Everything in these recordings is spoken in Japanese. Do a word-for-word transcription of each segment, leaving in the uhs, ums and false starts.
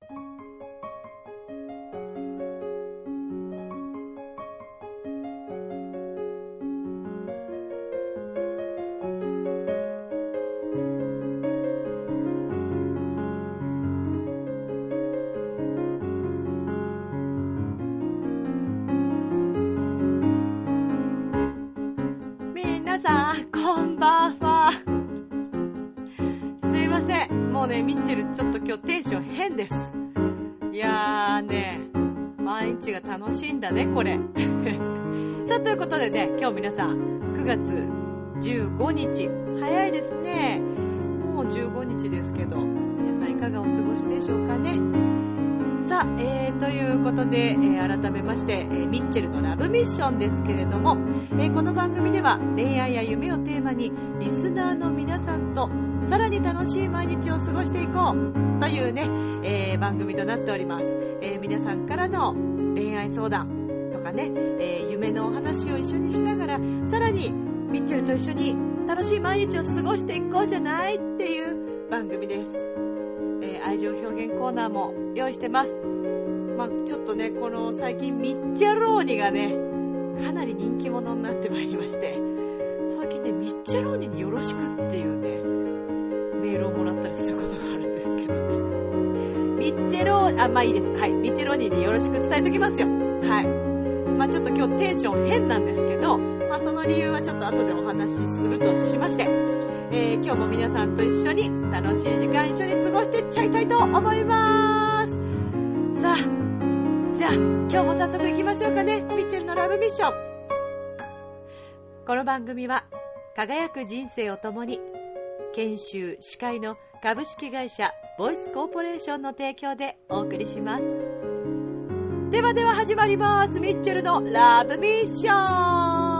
皆さんこんばんは。すいません、もうねミッチェルちょっと今日テンション変です。いやーね、毎日が楽しいんだねこれさあということでね、今日皆さんくがつじゅうごにち、早いですね。もうじゅうごにちですけど、皆さんいかがお過ごしでしょうかね。さあ、えー、ということで、えー、改めまして、えー、ミッチェルのラブミッションですけれども、えー、この番組では恋愛や夢をテーマにリスナーの皆さんとさらに楽しい毎日を過ごしていこうというね、えー、番組となっております。えー、皆さんからの恋愛相談とかね、えー、夢のお話を一緒にしながら、さらにミッチェルと一緒に楽しい毎日を過ごしていこうじゃないっていう番組です。えー、愛情表現コーナーも用意してます。まあちょっとね、この最近ミッチェローニがねかなり人気者になってまいりまして、最近ねミッチェローニによろしくっていうねメールをもらったりすることがあるんですけどね。ミッチェローあまあいいです、はい、ミッチェローニによろしく伝えときますよ。はい。まあちょっと今日テンション変なんですけど、まあその理由はちょっと後でお話しするとしまして、えー、今日も皆さんと一緒に楽しい時間一緒に過ごしていっちゃいたいと思います。さあ、じゃあ今日も早速行きましょうかね。ミッチェルのラブミッション。この番組は輝く人生を共に研修司会の株式会社ボイスコーポレーションの提供でお送りします。ではでは始まります。ミッチェルのラブミッション。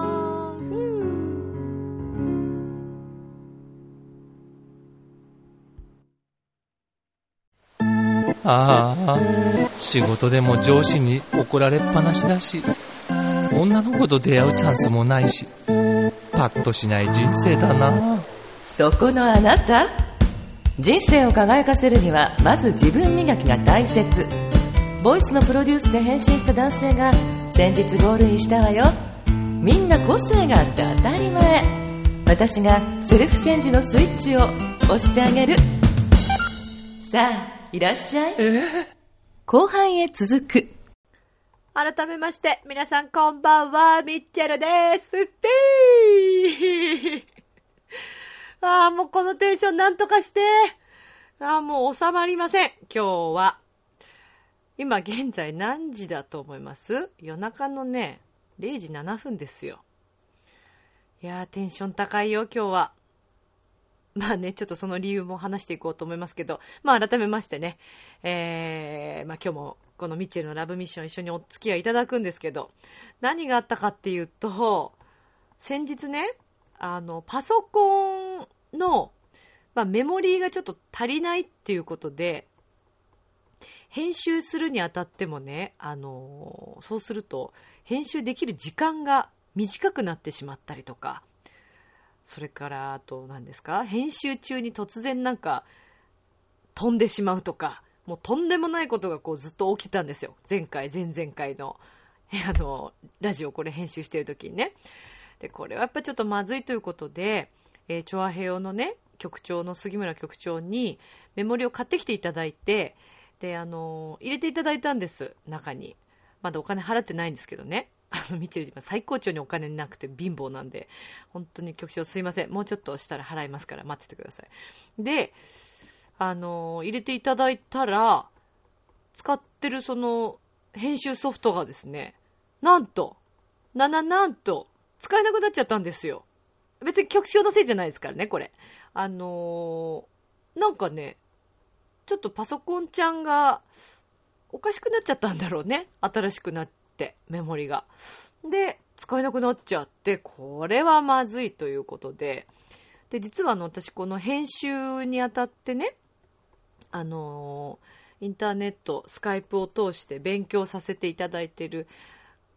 ああ、仕事でも上司に怒られっぱなしだし、女の子と出会うチャンスもないし、パッとしない人生だな。 そこのあなた、人生を輝かせるにはまず自分磨きが大切。ボイスのプロデュースで変身した男性が先日ゴールインしたわよ。みんな個性があって当たり前。私がセルフチェンジのスイッチを押してあげる。さあいらっしゃい。 えー、 後半へ続く。 改めまして皆さんこんばんは、ミッチェルです。ふっぴーああもうこのテンションなんとかして、ああもう収まりません。今日は今現在何時だと思います？夜中のねれいじななふんですよ。いやーテンション高いよ今日は。まあね、ちょっとその理由も話していこうと思いますけど、まあ改めましてね、えー、まあ今日もこのミッチェルのラブミッション一緒にお付き合いいただくんですけど、何があったかっていうと、先日ね、あの、パソコンの、まあ、メモリーがちょっと足りないっていうことで、編集するにあたってもね、あの、そうすると、編集できる時間が短くなってしまったりとか、それからあと何ですか、編集中に突然なんか飛んでしまうとか、もうとんでもないことがこうずっと起きたんですよ。前回前々回のあのラジオこれ編集してる時にね。でこれはやっぱちょっとまずいということで、えー、チョアヘヨのね局長の杉村局長にメモリを買ってきていただいて、であの入れていただいたんです。中にまだお金払ってないんですけどね。あのミッチェル今最高潮にお金なくて貧乏なんで、本当に局長すいません、もうちょっとしたら払いますから待っててください。であの入れていただいたら、使ってるその編集ソフトがですね、なんとなななんと使えなくなっちゃったんですよ。別に局長のせいじゃないですからねこれ。あのー、なんかねちょっとパソコンちゃんがおかしくなっちゃったんだろうね、新しくなってメモリが。で使えなくなっちゃって、これはまずいということで、で実はあの私この編集にあたってね、あのー、インターネットスカイプを通して勉強させていただいている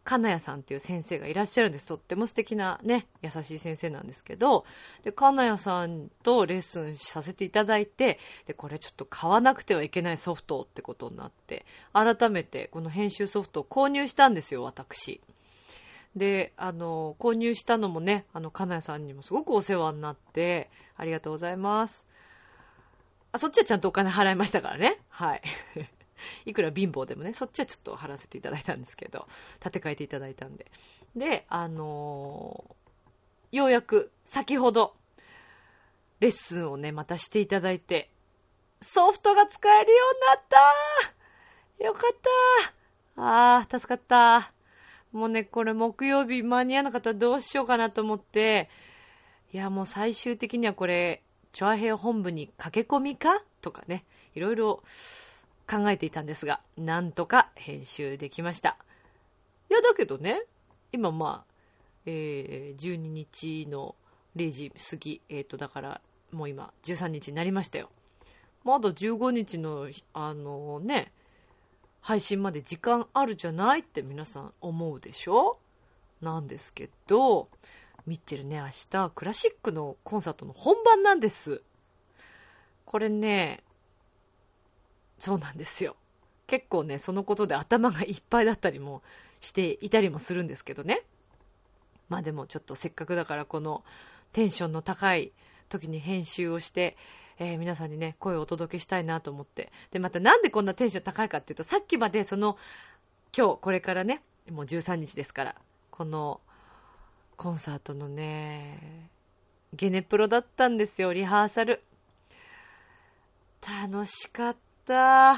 金谷さんっていう先生がいらっしゃるんです。とっても素敵なね、優しい先生なんですけど、で、金谷さんとレッスンさせていただいて、で、これちょっと買わなくてはいけないソフトってことになって、改めてこの編集ソフトを購入したんですよ、私。で、あの、購入したのもね、あの、金谷さんにもすごくお世話になって、ありがとうございます。あ、そっちはちゃんとお金払いましたからね。はい。いくら貧乏でもね、そっちはちょっと払わせていただいたんですけど、立て替えていただいたんで。で、あのー、ようやく先ほど、レッスンをね、またしていただいて、ソフトが使えるようになったよかったあー、助かった。もうね、これ木曜日間に合わなかったらどうしようかなと思って、いや、もう最終的にはこれ、チョアヘヨ本部に駆け込みかとかね、いろいろ考えていたんですが、なんとか編集できました。いや、だけどね、今まあ、えー、じゅうににちのれいじ過ぎ、えっと、だから、もう今、じゅうさんにちになりましたよ。まだじゅうごにちの、あのね、配信まで時間あるじゃないって皆さん思うでしょ？なんですけど、ミッチェルね、明日、クラシックのコンサートの本番なんです。これね、そうなんですよ。結構ね、そのことで頭がいっぱいだったりもしていたりもするんですけどね。まあでもちょっとせっかくだからこのテンションの高い時に編集をして、えー、皆さんにね、声をお届けしたいなと思って。で、またなんでこんなテンション高いかっていうと、さっきまでその、今日これからね、もうじゅうさんにちですから、このコンサートのね、ゲネプロだったんですよ、リハーサル。楽しかった。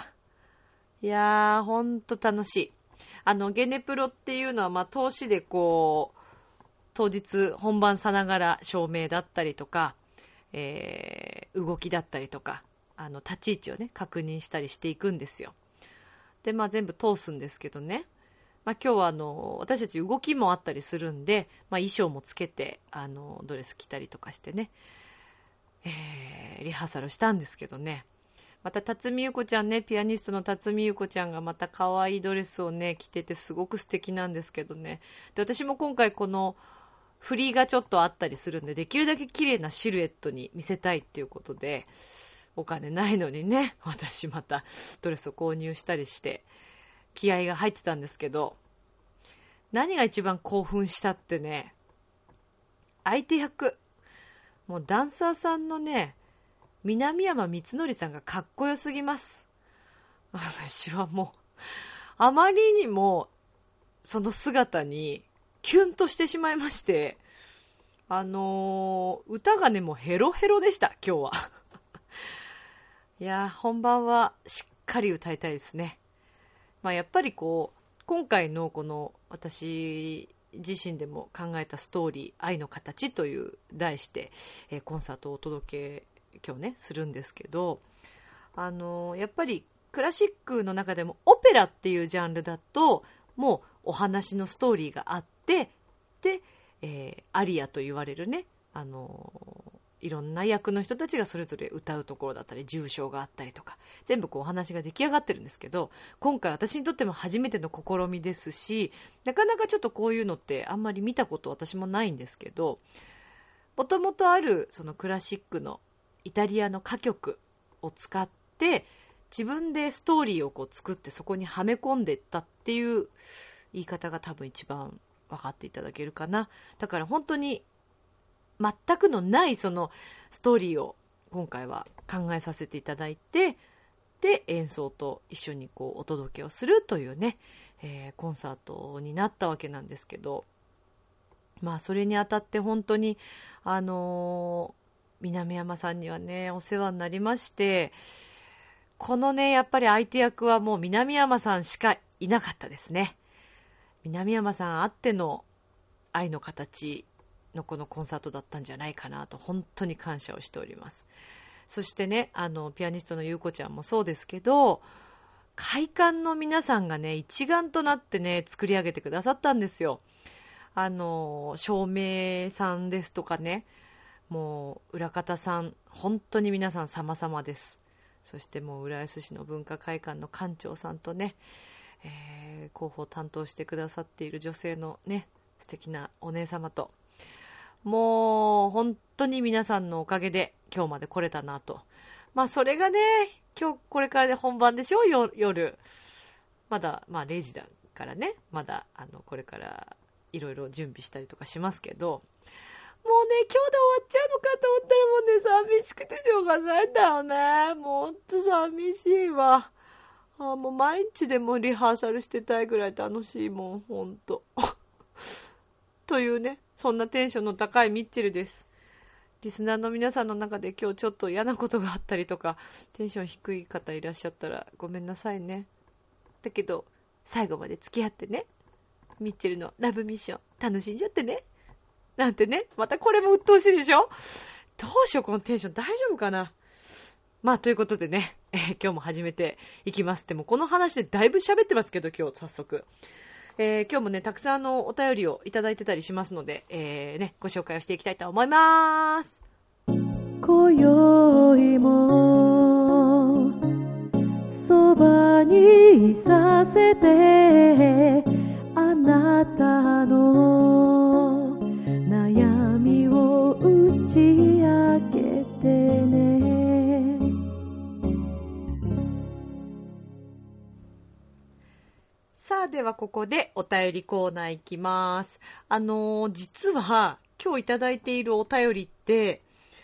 いやー、ほんと楽しい。あの、ゲネプロっていうのは、まあ、投資でこう、当日本番さながら照明だったりとか、えー、動きだったりとか、あの、立ち位置をね、確認したりしていくんですよ。で、まあ、全部通すんですけどね。まあ、今日はあの、私たち動きもあったりするんで、まあ、衣装もつけて、あの、ドレス着たりとかしてね、えー、リハーサルしたんですけどね。また、辰巳ゆこちゃんね、ピアニストの辰巳ゆこちゃんがまた可愛いドレスをね、着ててすごく素敵なんですけどね。で、私も今回この振りがちょっとあったりするんで、できるだけ綺麗なシルエットに見せたいっていうことで、お金ないのにね、私またドレスを購入したりして、気合が入ってたんですけど、何が一番興奮したってね、相手役。もうダンサーさんのね、南山光則さんがかっこよすぎます。私はもう、あまりにも、その姿に、キュンとしてしまいまして、あのー、歌がね、もうヘロヘロでした、今日は。いやー、本番はしっかり歌いたいですね。まあ、やっぱりこう、今回のこの、私自身でも考えたストーリー、愛の形という題して、えー、コンサートをお届け、今日ねするんですけど、あのやっぱりクラシックの中でもオペラっていうジャンルだともうお話のストーリーがあって、で、えー、アリアと言われるね、あのいろんな役の人たちがそれぞれ歌うところだったり重唱があったりとか、全部こうお話が出来上がってるんですけど、今回私にとっても初めての試みですし、なかなかちょっとこういうのってあんまり見たこと私もないんですけど、もともとあるそのクラシックのイタリアの歌曲を使って自分でストーリーをこう作ってそこにはめ込んでいったっていう言い方が多分一番分かっていただけるかな。だから本当に全くのないそのストーリーを今回は考えさせていただいて、で演奏と一緒にこうお届けをするというね、えー、コンサートになったわけなんですけど、まあそれにあたって本当にあのー南山さんにはねお世話になりまして、このねやっぱり相手役はもう南山さんしかいなかったですね。南山さんあっての愛の形のこのコンサートだったんじゃないかなと本当に感謝をしております。そしてね、あのピアニストのゆうこちゃんもそうですけど、会館の皆さんがね一丸となってね作り上げてくださったんですよ。あの照明さんですとかね、もう裏方さん本当に皆さん様々です。そしてもう浦安市の文化会館の館長さんとね、 えー、広報を担当してくださっている女性のね、素敵なお姉様と、もう本当に皆さんのおかげで今日まで来れたなと。まあそれがね、今日これからで本番でしょ、夜。まだ、まあれいじだからね、まだあのこれからいろいろ準備したりとかしますけど、もうね、今日で終わっちゃうのかと思ったらもうね、寂しくてしょうがないんだよね。もうほんと寂しいわ。あ、もう毎日でもリハーサルしてたいぐらい楽しいもん、ほんと。というね、そんなテンションの高いミッチェルです。リスナーの皆さんの中で今日ちょっと嫌なことがあったりとか、テンション低い方いらっしゃったらごめんなさいね。だけど、最後まで付き合ってね。ミッチェルのラブミッション楽しんじゃってね。なんてね、またこれも鬱陶しいでしょ？どうしよう、このテンション大丈夫かな？まあ、ということでね、えー、今日も始めていきます。でもこの話でだいぶ喋ってますけど、今日早速。えー、今日もね、たくさんのお便りをいただいてたりしますので、えー、ね、ご紹介をしていきたいと思います。今宵もそばにいさせて、あなたの悩みを打ち明けてね。さあ、ではここでお便りコーナーいきます。あのー、実は今日いただいているお便りって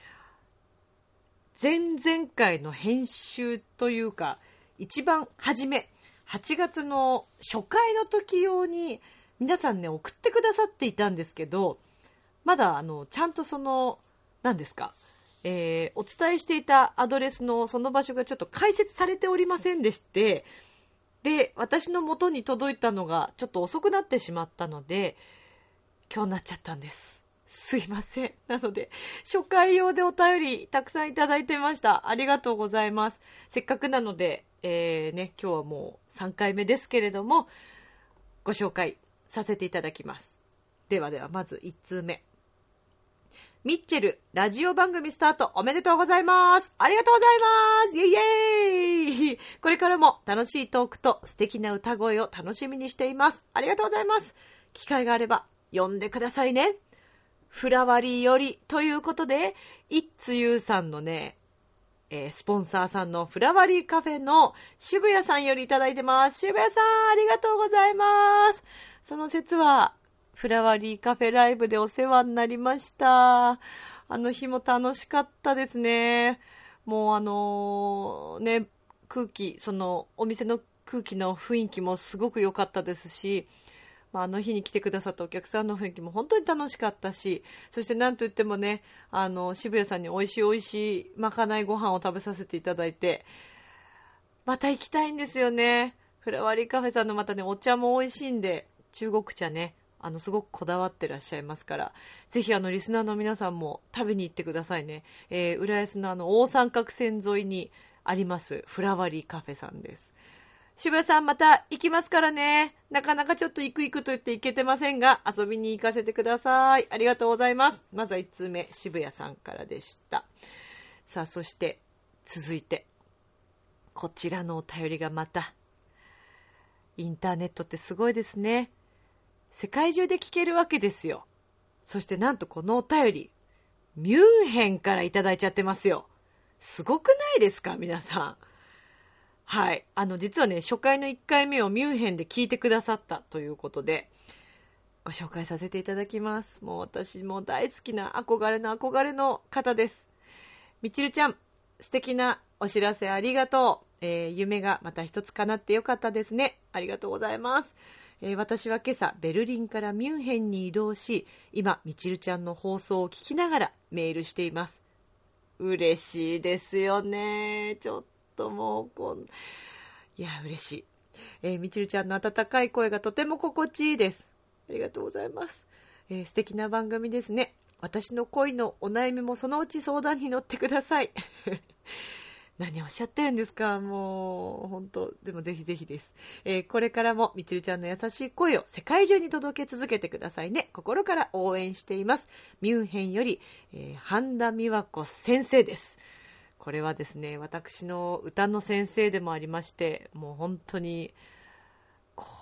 前々回の編集というか一番初めはちがつの初回の時用に皆さんね送ってくださっていたんですけど、まだあのちゃんとその何ですか、えー、お伝えしていたアドレスのその場所がちょっと開設されておりませんでして、で私の元に届いたのがちょっと遅くなってしまったので今日なっちゃったんです。すいません。なので初回用でお便りたくさんいただいてました。ありがとうございます。せっかくなので、えーね、今日はもうさんかいめですけれどもご紹介させていただきます。ではではまずいち通目。ミッチェル、ラジオ番組スタートおめでとうございます。ありがとうございます。イェイイェイ。これからも楽しいトークと素敵な歌声を楽しみにしています。ありがとうございます。機会があれば呼んでくださいね。フラワリーよりということで、いっつゆうさんのね、えー、スポンサーさんのフラワリーカフェの渋谷さんよりいただいてます。渋谷さん、ありがとうございます。その説は、フラワリーカフェライブでお世話になりました。あの日も楽しかったですね。もうあのー、ね、空気、そのお店の空気の雰囲気もすごく良かったですし、まあ、あの日に来てくださったお客さんの雰囲気も本当に楽しかったし、そしてなんといってもね、あの渋谷さんに美味しい美味しいまかないご飯を食べさせていただいて、また行きたいんですよね。フラワリーカフェさんのまたね、お茶も美味しいんで、中国茶ね、あのすごくこだわってらっしゃいますから、ぜひあのリスナーの皆さんも食べに行ってくださいね。えー、浦安のあの大三角線沿いにありますフラワリーカフェさんです。渋谷さんまた行きますからね。なかなかちょっと行く行くと言って行けてませんが、遊びに行かせてください。ありがとうございます。まずはいち通目、渋谷さんからでした。さあ、そして続いてこちらのお便りがまた、インターネットってすごいですね。世界中で聞けるわけですよ。そしてなんとこのお便り、ミュンヘンからいただいちゃってますよ。すごくないですか、皆さん。はい。あの、実はね、初回のいっかいめをミュンヘンで聞いてくださったということで、ご紹介させていただきます。もう私も大好きな憧れの憧れの方です。みちるちゃん、素敵なお知らせありがとう。えー、夢がまた一つ叶ってよかったですね。ありがとうございます。えー、私は今朝ベルリンからミュンヘンに移動し、今みちるちゃんの放送を聞きながらメールしています。嬉しいですよね。ちょっともうこんいや嬉しい、えー、みちるちゃんの温かい声がとても心地いいです。ありがとうございます。えー、素敵な番組ですね。私の恋のお悩みもそのうち相談に乗ってください。何をおっしゃってるんですか、もう本当。でもぜひぜひです、えー、これからもみちるちゃんの優しい声を世界中に届け続けてくださいね。心から応援しています。ミュンヘンより、えー、半田美和子先生です。これはですね、私の歌の先生でもありまして、もう本当に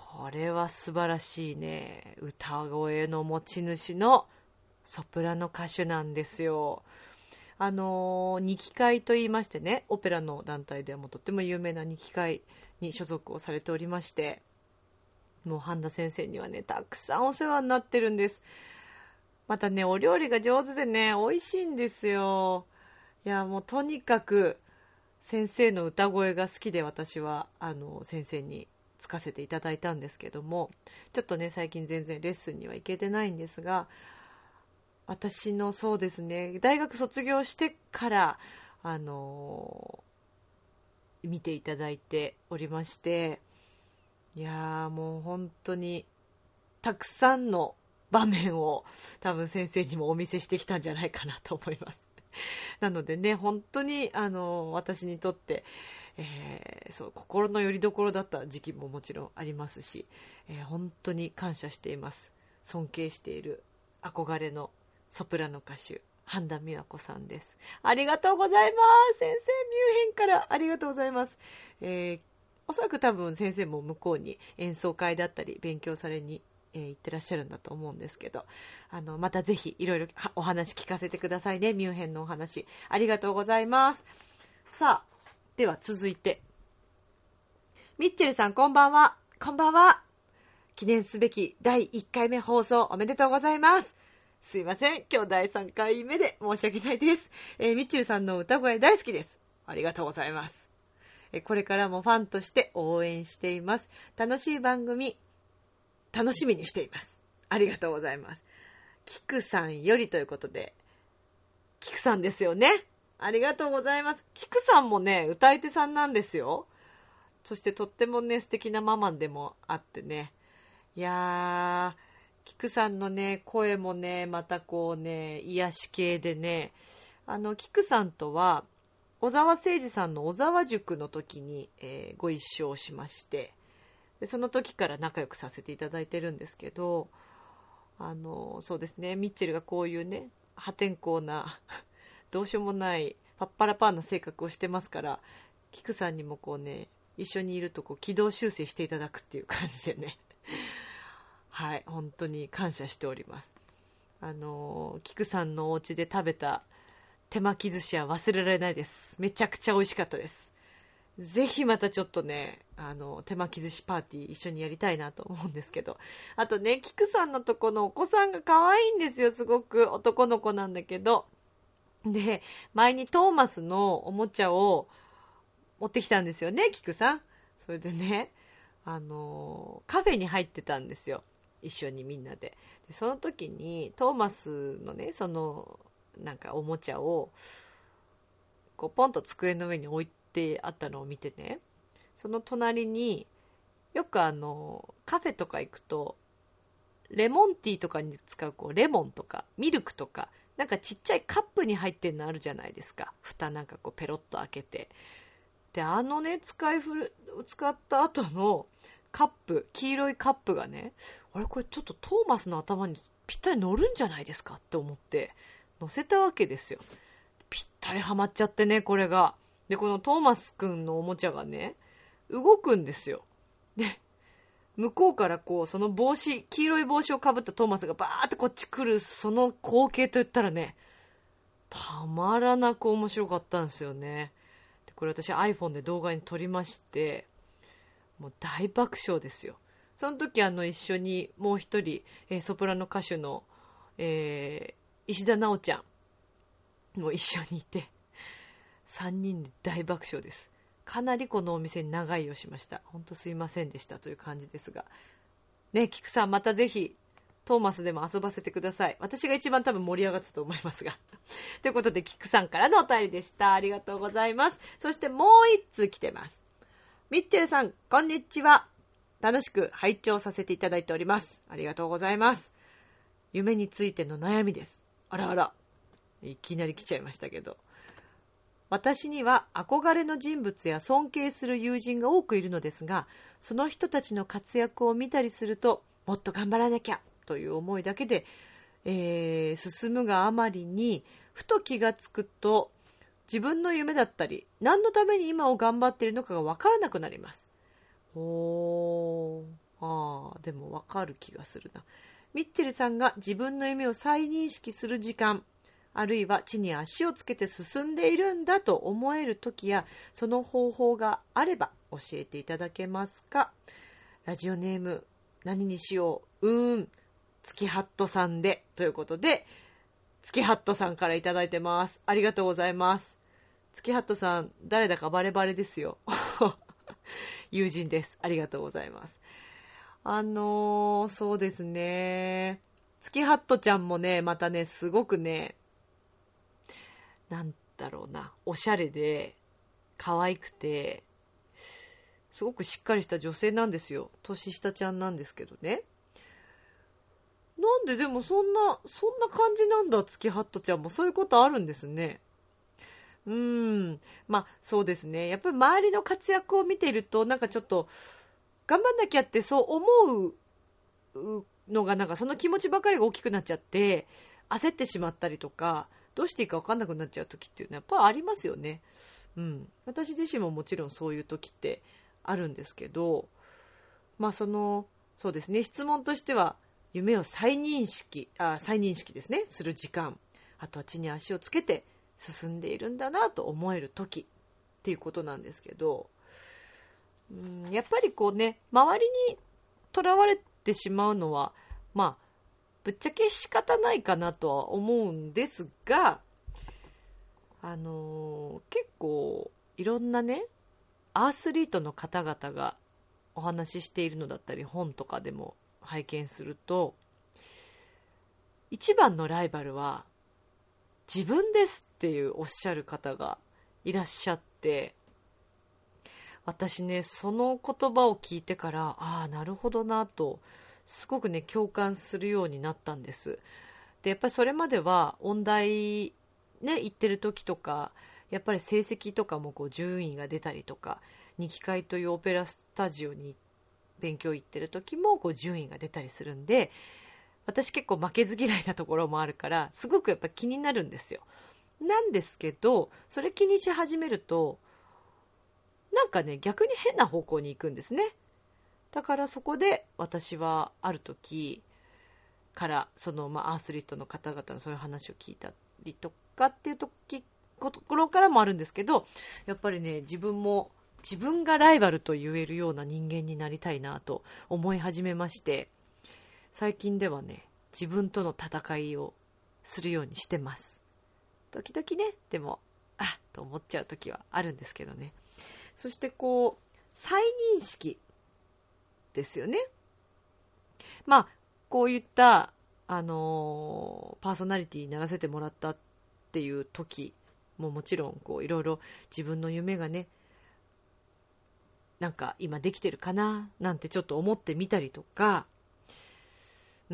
これは素晴らしいね。歌声の持ち主のソプラノ歌手なんですよ。あのー、二期会と言いましてね、オペラの団体ではもうとっても有名な二期会に所属をされておりまして、もう半田先生にはね、たくさんお世話になってるんです。またね、お料理が上手でね、美味しいんですよ。いや、もうとにかく先生の歌声が好きで、私はあの先生につかせていただいたんですけども、ちょっとね、最近全然レッスンには行けてないんですが、私のそうですね、大学卒業してからあのー、見ていただいておりまして、いやーもう本当にたくさんの場面を多分先生にもお見せしてきたんじゃないかなと思います。なのでね、本当にあのー、私にとって、えー、そう心の拠り所だった時期ももちろんありますし、えー、本当に感謝しています。尊敬している憧れのソプラノ歌手、半田美和子さんです。ありがとうございます。先生、ミュンヘンからありがとうございます。えー、おそらく多分先生も向こうに演奏会だったり勉強されに、えー、行ってらっしゃるんだと思うんですけど、あのまたぜひいろいろお話聞かせてくださいね。ミュンヘンのお話ありがとうございます。さあ、では続いて、ミッチェルさん、こんばんは。こんばんは。記念すべきだいいっかいめ放送おめでとうございます。すいません、今日だいさんかいめで申し訳ないです。えー、ミッチェルさんの歌声大好きです。ありがとうございます。えー、これからもファンとして応援しています。楽しい番組楽しみにしています。ありがとうございます。キクさんよりということで、キクさんですよね。ありがとうございます。キクさんもね、歌い手さんなんですよ。そしてとってもね、素敵なママでもあってね、いやー、キクさんのね、声もね、またこうね、癒し系でね、あの、キクさんとは、小沢誠二さんの小沢塾の時に、えー、ご一緒しまして、でその時から仲良くさせていただいてるんですけど、あの、そうですね、ミッチェルがこういうね、破天荒な、どうしようもない、パッパラパーな性格をしてますから、キクさんにもこうね、一緒にいるとこう軌道修正していただくっていう感じでね、はい、本当に感謝しております。あの、キクさんのお家で食べた手巻き寿司は忘れられないです。めちゃくちゃ美味しかったです。ぜひまたちょっとね、あの、手巻き寿司パーティー一緒にやりたいなと思うんですけど。あとね、キクさんのとこのお子さんが可愛いんですよ、すごく。男の子なんだけど。で、前にトーマスのおもちゃを持ってきたんですよね、キクさん。それでね、あの、カフェに入ってたんですよ。一緒にみんなで。でその時にトーマスのね、そのなんかおもちゃをこうポンと机の上に置いてあったのを見てね、その隣によくあのカフェとか行くとレモンティーとかに使うこうレモンとかミルクとかなんかちっちゃいカップに入ってるのあるじゃないですか。蓋なんかこうペロッと開けて、であのね使い古使った後のカップ、黄色いカップがね、あれこれちょっとトーマスの頭にぴったり乗るんじゃないですかって思って乗せたわけですよ。ぴったりはまっちゃってね、これが。で、このトーマスくんのおもちゃがね、動くんですよ。で、向こうからこう、その帽子、黄色い帽子をかぶったトーマスがバーってこっち来る、その光景といったらね、たまらなく面白かったんですよね。でこれ私 iPhone で動画に撮りまして、もう大爆笑ですよ。その時あの一緒にもう一人、えー、ソプラノ歌手の、えー、石田直ちゃんも一緒にいて、さんにんで大爆笑です。かなりこのお店に長居をしました。本当すいませんでしたという感じですが。ね、キクさんまたぜひトーマスでも遊ばせてください。私が一番多分盛り上がったと思いますが。ということでキクさんからのお便りでした。ありがとうございます。そしてもう一通来てます。ミッチェルさん、こんにちは。楽しく拝聴させていただいております。ありがとうございます。夢についての悩みです。あらあら。いきなり来ちゃいましたけど。私には憧れの人物や尊敬する友人が多くいるのですが、その人たちの活躍を見たりすると、もっと頑張らなきゃという思いだけで、えー、進むがあまりに、ふと気がつくと、自分の夢だったり、何のために今を頑張っているのかが分からなくなります。おー、 ああ、でもわかる気がするな。ミッチェルさんが自分の夢を再認識する時間、あるいは地に足をつけて進んでいるんだと思える時や、その方法があれば教えていただけますか。ラジオネーム何にしよう、うーん、月ハットさんでということで、月ハットさんからいただいてます。ありがとうございます。月ハットさん、誰だかバレバレですよ。友人です。ありがとうございます。あのー、そうですね。月ハットちゃんもね、またね、すごくね、なんだろうな、おしゃれで、可愛くて、すごくしっかりした女性なんですよ。年下ちゃんなんですけどね。なんででもそんな、そんな感じなんだ、月ハットちゃんも。そういうことあるんですね。うーん。まあ、そうですね。やっぱり周りの活躍を見ていると、なんかちょっと、頑張んなきゃってそう思うのが、なんかその気持ちばかりが大きくなっちゃって、焦ってしまったりとか、どうしていいか分かんなくなっちゃう時っていうのはやっぱりありますよね。うん。私自身ももちろんそういう時ってあるんですけど、まあその、そうですね、質問としては、夢を再認識、あ、再認識ですね、する時間。あとは地に足をつけて進んでいるんだなと思える時っていうことなんですけど、うん、やっぱりこうね、周りにとらわれてしまうのは、まあ、ぶっちゃけ仕方ないかなとは思うんですが、あのー、結構いろんなね、アースリートの方々がお話ししているのだったり、本とかでも拝見すると、一番のライバルは自分ですっていうおっしゃる方がいらっしゃって、私ね、その言葉を聞いてから、ああ、なるほどなと、すごくね、共感するようになったんです。で、やっぱりそれまでは音大ね、行ってる時とか、やっぱり成績とかもこう順位が出たりとか、二期会というオペラスタジオに勉強行ってる時もこう順位が出たりするんで、私結構負けず嫌いなところもあるから、すごくやっぱ気になるんですよ。なんですけど、それ気にし始めると、なんかね、逆に変な方向に行くんですね。だからそこで私はある時からその、まあ、アースリートの方々のそういう話を聞いたりとかっていう時ところからもあるんですけど、やっぱりね、自分も自分がライバルと言えるような人間になりたいなと思い始めまして、最近ではね、自分との戦いをするようにしてます。時々ね、でもあっと思っちゃう時はあるんですけどね。そしてこう再認識ですよね。まあこういったあのー、パーソナリティにならせてもらったっていう時ももちろんこういろいろ自分の夢がね、なんか今できてるかななんてちょっと思ってみたりとか、うん、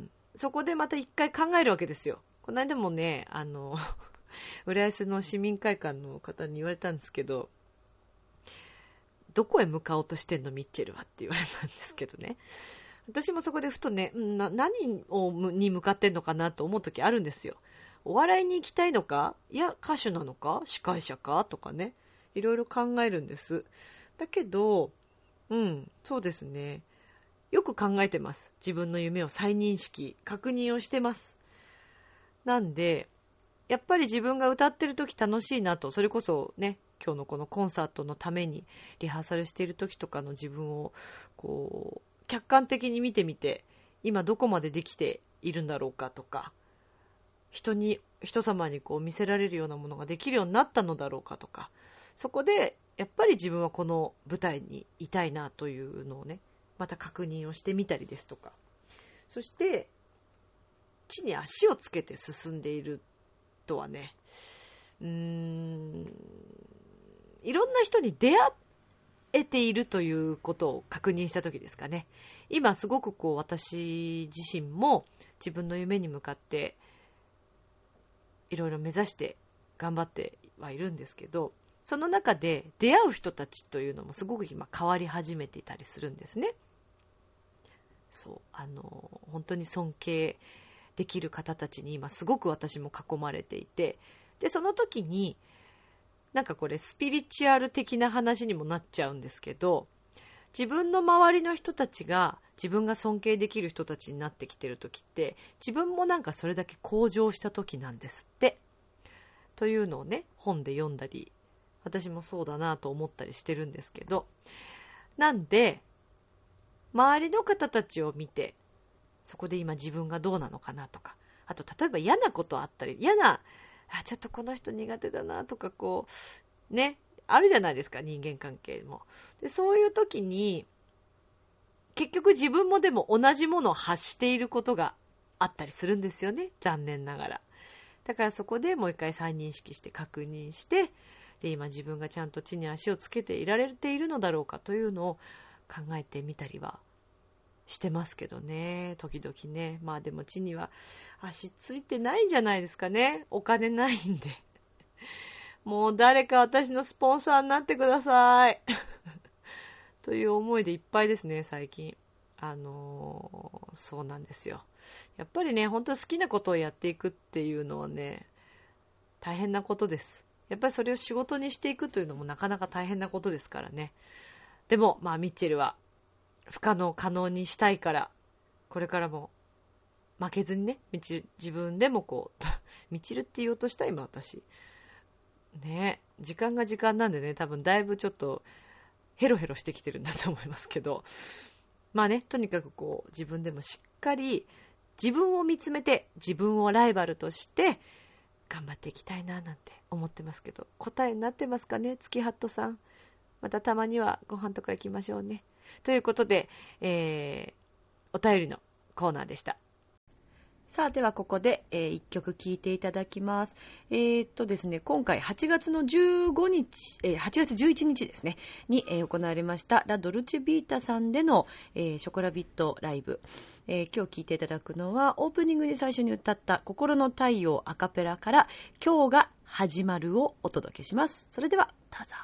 そこでまた一回考えるわけですよ。この間もね、あの浦安の市民会館の方に言われたんですけど、どこへ向かおうとしてんのミッチェルはって言われたんですけどね。私もそこでふとね、な何をに向かってんのかなと思う時あるんですよ。お笑いに行きたいのか、いや歌手なのか、司会者かとかね、いろいろ考えるんです。だけど、うん、そうですね。よく考えてます。自分の夢を再認識、確認をしてます。なんで、やっぱり自分が歌ってる時楽しいなと、それこそね、今日のこのコンサートのためにリハーサルしている時とかの自分をこう客観的に見てみて、今どこまでできているんだろうかとか、人に人様にこう見せられるようなものができるようになったのだろうかとか、そこでやっぱり自分はこの舞台にいたいなというのをね、また確認をしてみたりですとか、そして地に足をつけて進んでいるとはね、うーん、いろんな人に出会えているということを確認した時ですかね。今すごくこう私自身も自分の夢に向かっていろいろ目指して頑張ってはいるんですけど、その中で出会う人たちというのもすごく今変わり始めていたりするんですね。そう、あの本当に尊敬できる方たちに今すごく私も囲まれていて、でその時になんかこれスピリチュアル的な話にもなっちゃうんですけど、 自分の周りの人たちが自分が尊敬できる人たちになってきてる時って、自分もなんかそれだけ向上した時なんですって。というのをね、本で読んだり、私もそうだなと思ったりしてるんですけど、なんで、周りの方たちを見て、そこで今自分がどうなのかなとか、あと例えば嫌なことあったり、嫌な、あ、ちょっとこの人苦手だなとか、こう、ね、あるじゃないですか、人間関係も。で、そういう時に、結局自分もでも同じものを発していることがあったりするんですよね、残念ながら。だからそこでもう一回再認識して確認して、で、今自分がちゃんと地に足をつけていられているのだろうかというのを考えてみたりはしてますけどね、時々ね。まあでも地には足ついてないんじゃないですかね。お金ないんで。もう誰か私のスポンサーになってください。という思いでいっぱいですね、最近。あのー、そうなんですよ。やっぱりね、本当好きなことをやっていくっていうのはね、大変なことです。やっぱりそれを仕事にしていくというのもなかなか大変なことですからね。でも、まあ、ミッチェルは不可能を可能にしたいから、これからも負けずにね、自分でもこう、ミッチェルって言おうとした今私。ね、時間が時間なんでね、多分だいぶちょっとヘロヘロしてきてるんだと思いますけど、まあね、とにかくこう自分でもしっかり自分を見つめて、自分をライバルとして頑張っていきたいななんて思ってますけど、答えになってますかね、月ハットさん。またたまにはご飯とか行きましょうね。ということで、えー、お便りのコーナーでした。さあ、ではここで、えー、いっきょく聴いていただきます。えー、っとですね、今回はちがつのじゅうごにち、えー、はちがつじゅういちにちですね、に、えー、行われましたラ・ドルチェビータさんでの、えー、ショコラビットライブ。えー、今日聴いていただくのは、オープニングに最初に歌った心の太陽アカペラから今日が始まるをお届けします。それではどうぞ。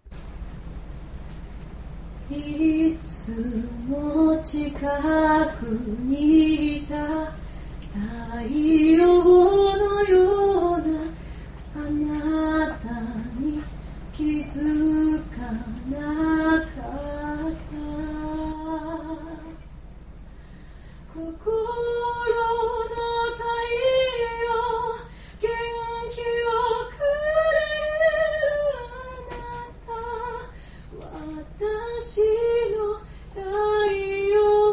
いつも近くにいた太陽のようなあなたに気づかなかった心の太陽元気をくれるあなた私の太陽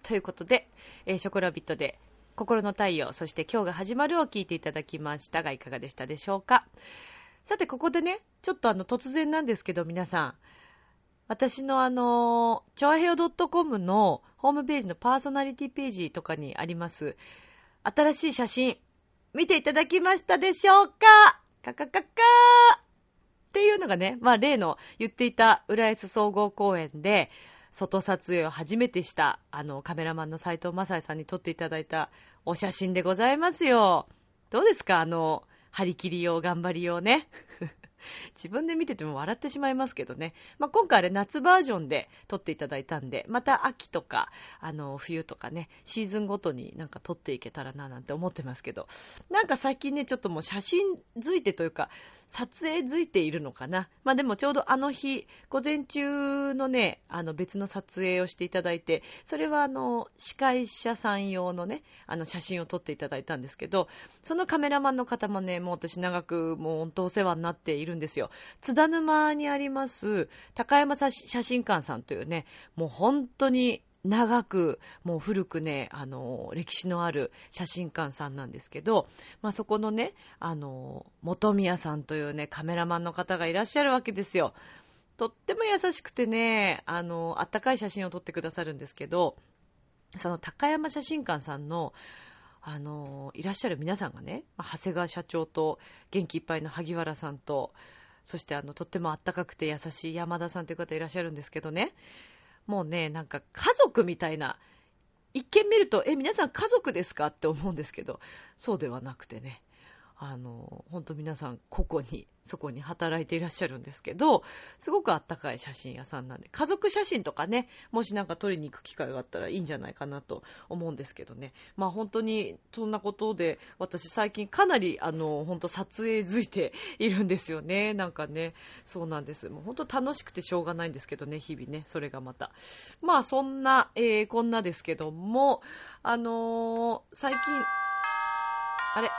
ということで、えー、ショコラビットで心の太陽、そして今日が始まるを聞いていただきましたが、いかがでしたでしょうか。さて、ここでね、ちょっとあの突然なんですけど、皆さん、私のあのチョアヘオ .com のホームページのパーソナリティページとかにあります新しい写真見ていただきましたでしょうか。カカカカーっていうのがね、まあ例の言っていた浦安総合公園で外撮影を初めてしたあのカメラマンの斉藤正恵さんに撮っていただいたお写真でございますよ。どうですか、あの張り切りよう頑張りようね自分で見てても笑ってしまいますけどね。まあ、今回あれ夏バージョンで撮っていただいたんで、また秋とかあの冬とかね、シーズンごとになんか撮っていけたらななんて思ってますけど、なんか最近ねちょっともう写真づいてというか撮影づいているのかな。まあでもちょうどあの日午前中のねあの別の撮影をしていただいて、それはあの司会者さん用のねあの写真を撮っていただいたんですけど、そのカメラマンの方もねもう私長くもう本当お世話になっているんですよ。津田沼にあります高山写真館さんというね、もう本当に長くもう古くねあの歴史のある写真館さんなんですけど、まあ、そこのねあの本宮さんというねカメラマンの方がいらっしゃるわけですよ。とっても優しくてねあのあったかい写真を撮ってくださるんですけど、その高山写真館さんのあのいらっしゃる皆さんがね、長谷川社長と元気いっぱいの萩原さんと、そしてあのとってもあったかくて優しい山田さんという方いらっしゃるんですけどね、もうねなんか家族みたいな、一見見るとえ皆さん家族ですかって思うんですけど、そうではなくてね、あの本当皆さん個々にそこに働いていらっしゃるんですけど、すごくあったかい写真屋さんなんで、家族写真とかねもしなんか撮りに行く機会があったらいいんじゃないかなと思うんですけどね。まあ本当にそんなことで私最近かなりあの本当撮影づいているんですよね。なんかねそうなんです、もう本当楽しくてしょうがないんですけどね、日々ねそれがまたまあそんな、えー、こんなですけども、あのー、最近あれ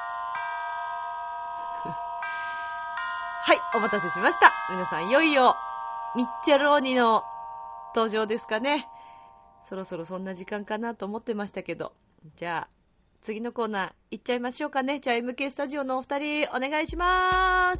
はい、お待たせしました。皆さん、いよいよ、ミッチェローニの登場ですかね。そろそろそんな時間かなと思ってましたけど。じゃあ、次のコーナー行っちゃいましょうかね。じゃあ、エムケー スタジオのお二人、お願いします。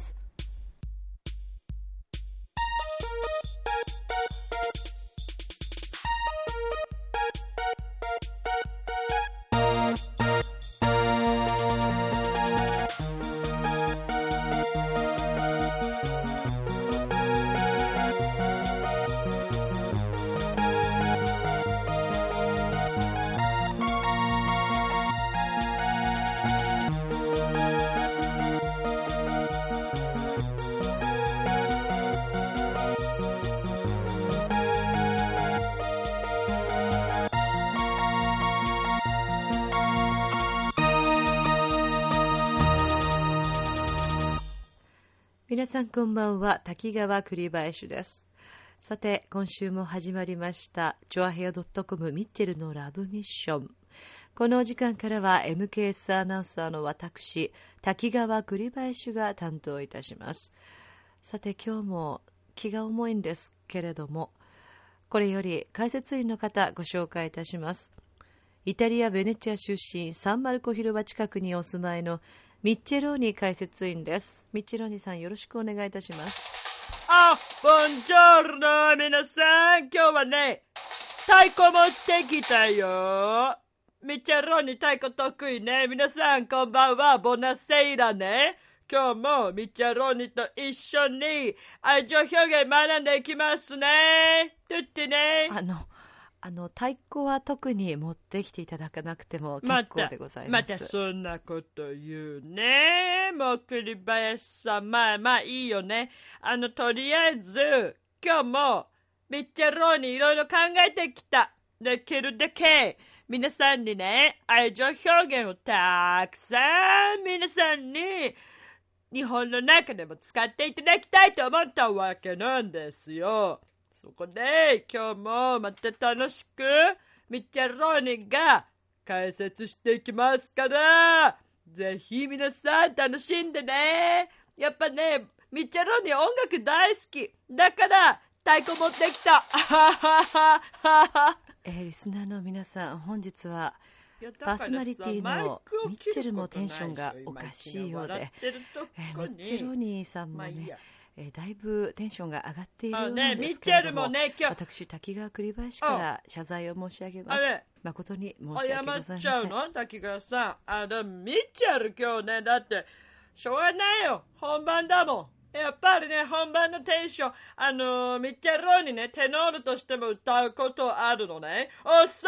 皆さんこんばんは、滝川栗林です。さて今週も始まりましたチョアヘア .com ミッチェルのラブミッション。このお時間からは エムケーエス アナウンサーの私滝川栗林が担当いたします。さて今日も気が重いんですけれども、これより解説員の方ご紹介いたします。イタリア・ベネチア出身、サンマルコ広場近くにお住まいのミッチェローニ解説員です。ミッチェローニさん、よろしくお願いいたします。 あ、ボンジョルノ皆さん、今日はね太鼓持ってきたよ。ミッチェローニ太鼓得意ね。皆さんこんばんは、ボナセイラね。今日もミッチェローニと一緒に愛情表現学んでいきますね。とってね。 あのあの太鼓は特に持ってきていただかなくても結構でございます。 また、またそんなこと言うね。もう栗林さん、まあまあいいよね。あのとりあえず今日もミッチェローニいろいろ考えてきた。できるだけ皆さんにね愛情表現をたくさん皆さんに日本の中でも使っていただきたいと思ったわけなんですよ。そこで今日もまた楽しくミッチェローニが解説していきますから、ぜひ皆さん楽しんでね。やっぱねミッチェローニ音楽大好きだから太鼓持ってきたえー、リスナーの皆さん、本日はいやパーソナリティのミッチェルもテンションがおかしいようで、えー、ミッチェロニーさんもね、まあいいや、えー、だいぶテンションが上がっているようなんですけれども、ね、私滝川栗林から謝罪を申し上げます。誠に申し訳ございません。謝っちゃうの滝川さん。あのミッチェル今日ね、だってしょうがないよ、本番だもん。やっぱりね、本番のテンション、あのー、ミッチェロにね、テノールとしても歌うことあるのね。おさ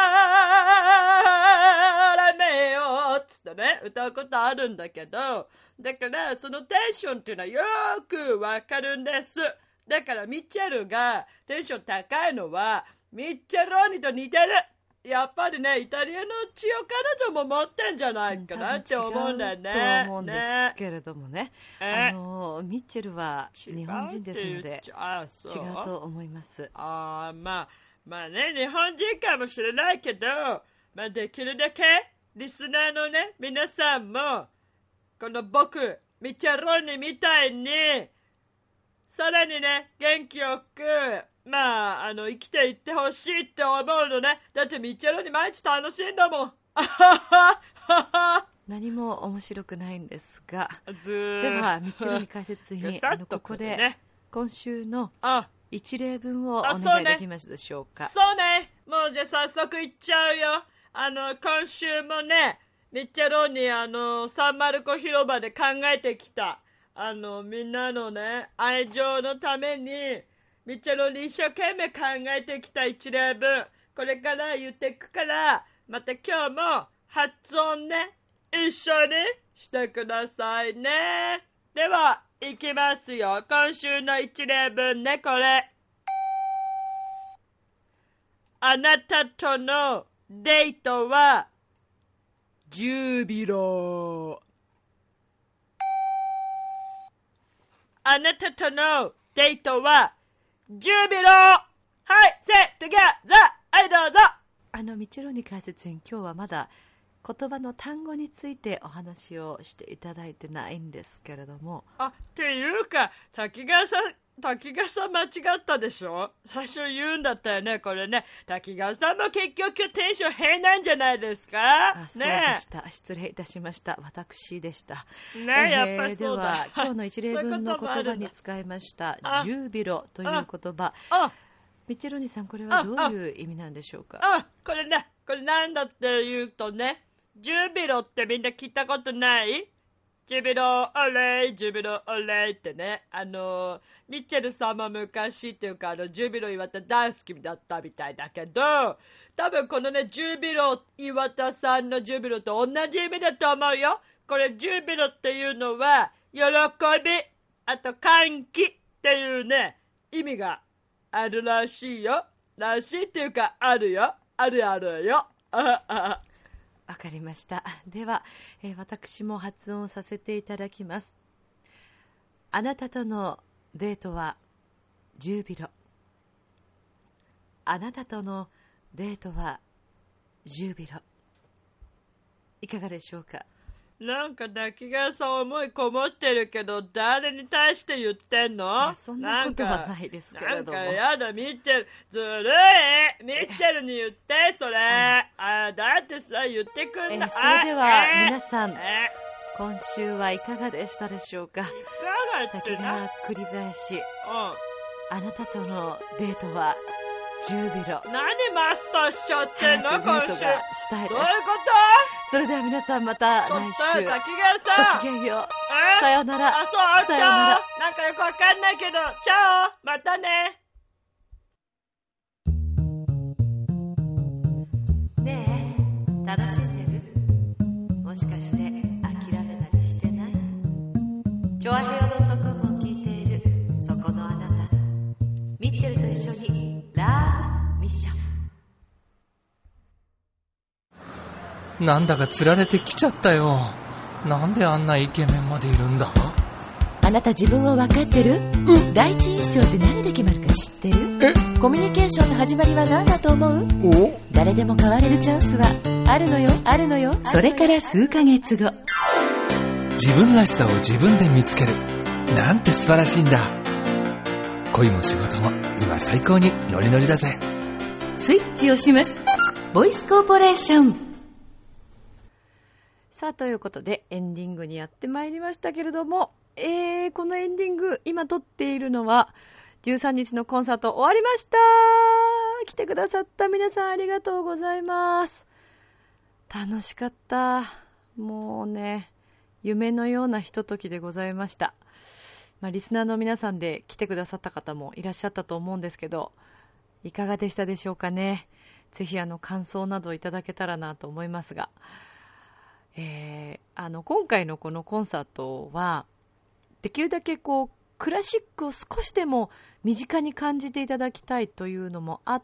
らめよつってね、歌うことあるんだけど、だからそのテンションっていうのはよーくわかるんです。だからミッチェルがテンション高いのは、ミッチェロニと似てる。やっぱりね、イタリアの血を彼女も持ってんじゃないかなって思うんだよね。 と思うんですけれどもね。ね、あのミッチェルは日本人ですので、 ああそう違うと思います。 ああ、まあ、まあね、日本人かもしれないけど、まあできるだけリスナーのね、皆さんも、この僕、ミッチェロニみたいに、さらにね、元気よく、まあ、あの、生きていってほしいって思うのね。だってミッチェロニ毎日楽しいんだもん。 何も面白くないんですが、 ずーではミッチェロニ解説にあのここで今週の一例文をお願いできますでしょうか。 そうね、もうじゃあ早速いっちゃうよ。あの今週もね、ミッチェロニあのサンマルコ広場で考えてきた、あのみんなのね愛情のためにミッチェロニ一生懸命考えてきた一例文、これから言っていくから、また今日も発音ね、一緒にしてくださいね。では、いきますよ。今週の一例文ね、これ。あなたとのデートは、ジュビロ。あなたとのデートは、ジュビロ。はい、せー、トゥギャザ、はいどうぞ。 あの、ミッチェロニ解説員、今日はまだ言葉の単語についてお話をしていただいてないんですけれども。 あ、っていうか、滝川さん、滝川さん間違ったでしょ？最初言うんだったよね、これね。滝川さんも結局テンション変なんじゃないですか？ あ、そうでした。失礼いたしました。私でした。 ね、えー、やっぱりそうだ。 では、今日の一例文の言葉に使いました、ジュビロという言葉。 あ、 ミッチェロニさん、これはどういう意味なんでしょうか？ あ、あ、これね、これなんだって言うとね、ジュビロってみんな聞いたことない？ジュビロオレイ、ジュビロオレイってね、あのミッチェルさんも昔っていうか、あのジュビロ岩田大好きだったみたいだけど、多分このね、ジュビロ岩田さんのジュビロと同じ意味だと思うよ。これジュビロっていうのは喜び、あと歓喜っていうね、意味があるらしいよ。らしいっていうか、あるよ。あるあるよ。ああ。 わかりました。では、えー、私も発音させていただきます。あなたとのデートはジュビロ。あなたとのデートはジュビロ。いかがでしょうか？ なんか滝川さん思いこもってるけど、誰に対して言ってんの？ そんなことはないですけれども。 なんかやだ、ミッチェル、ずるい！ミッチェルに言って、それ。あ、だってさ、言ってくんだ。 えー、それでは、皆さん、今週はいかがでしたでしょうか？いかがってな？ 滝川栗林、 うん。 あなたとのデートはジュビロ。 何マスターしちゃってんの？今週。 したいです。 どういうこと？ それでは皆さんまた来週。 滝川さん。 ごきげんよう。さようなら。 あ、そう、さようなら。なんかよくわかんないけど、チャオ、またね。 ねえ、楽しんでる？もしかして諦めたりしてない？チョアヘオ .com を聞いているそこのあなた。ミッチェルと一緒にラブミッション。 なんだか釣られてきちゃったよ。なんであんなイケメンまでいるんだ？ あなた自分を分かってる？うん、第一印象って何で決まるか知ってる？え？コミュニケーションの始まりは何だと思う？お？誰でも変われるチャンスはあるのよ、あるのよ。それから数ヶ月後、 自分らしさを自分で見つけるなんて素晴らしいんだ。恋も仕事も今最高にノリノリだぜ。 スイッチをします。ボイスコーポレーション。 さあ、ということでエンディングにやってまいりましたけれども、えー、このエンディング今撮っているのはじゅうさんにちのコンサート終わりました。来てくださった皆さんありがとうございます。楽しかった。もうね、夢のようなひとときでございました。まあ、リスナーの皆さんで来てくださった方もいらっしゃったと思うんですけど、いかがでしたでしょうかね。ぜひあの感想などいただけたらなと思いますが、えー、あの今回のこのコンサートはできるだけこうクラシックを少しでも身近に感じていただきたいというのもあって、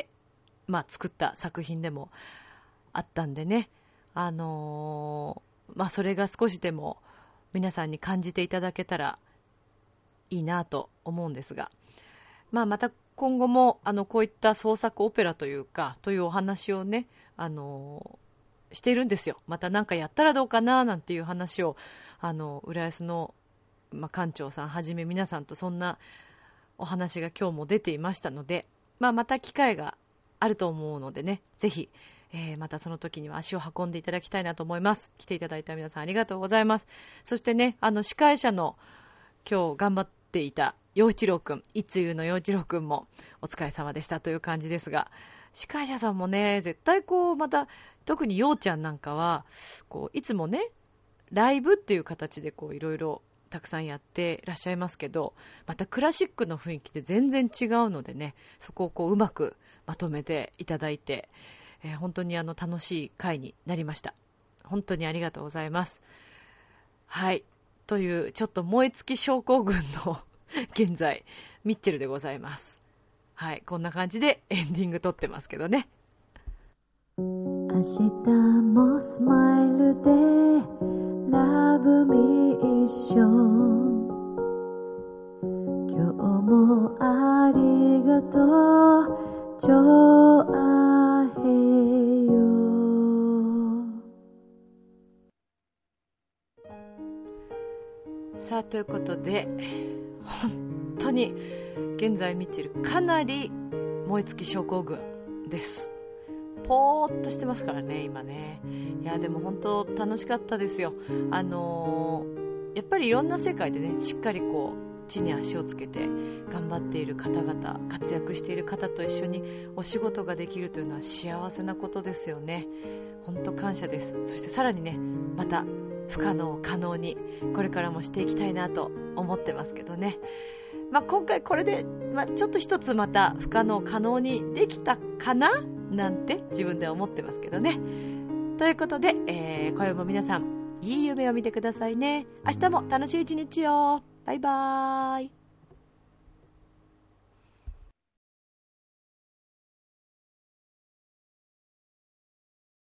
まあ、作った作品でもあったんでね、あのーまあ、それが少しでも皆さんに感じていただけたらいいなと思うんですが、まあ、また今後もあのこういった創作オペラというかというお話をね、あのー、しているんですよ。また何かやったらどうかななんていう話をあの浦安の、まあ、館長さんはじめ皆さんとそんなお話が今日も出ていましたので、まあ、また機会があると思うのでね、ぜひ、えー、またその時には足を運んでいただきたいなと思います。来ていただいた皆さんありがとうございます。そしてね、あの司会者の今日頑張っていた陽一郎くん、いつゆの陽一郎くんもお疲れ様でしたという感じですが、司会者さんもね、絶対こうまた特に陽ちゃんなんかはこういつもねライブっていう形でこういろいろたくさんやってらっしゃいますけど、またクラシックの雰囲気で全然違うのでね、そこをこううまくまとめていただいて、えー、本当にあの楽しい回になりました。本当にありがとうございます。はい、というちょっと燃え尽き症候群の現在ミッチェルでございます。はい、こんな感じでエンディング撮ってますけどね。明日もスマイルで Love me 一緒、今日もありがとうちょあへよ。さあ、ということで本当に現在ミッチェルかなり燃え尽き症候群です。ぽーっとしてますからね今ね。いやでも本当楽しかったですよ。あのー、やっぱりいろんな世界でねしっかりこう地に足をつけて頑張っている方々、活躍している方と一緒にお仕事ができるというのは幸せなことですよね。本当感謝です。そしてさらにね、また不可能を可能にこれからもしていきたいなと思ってますけどね。まあ、今回これで、まあ、ちょっと一つまた不可能可能にできたかななんて自分では思ってますけどね。ということで、えー、今夜も皆さんいい夢を見てくださいね。明日も楽しい一日を。バイバーイ。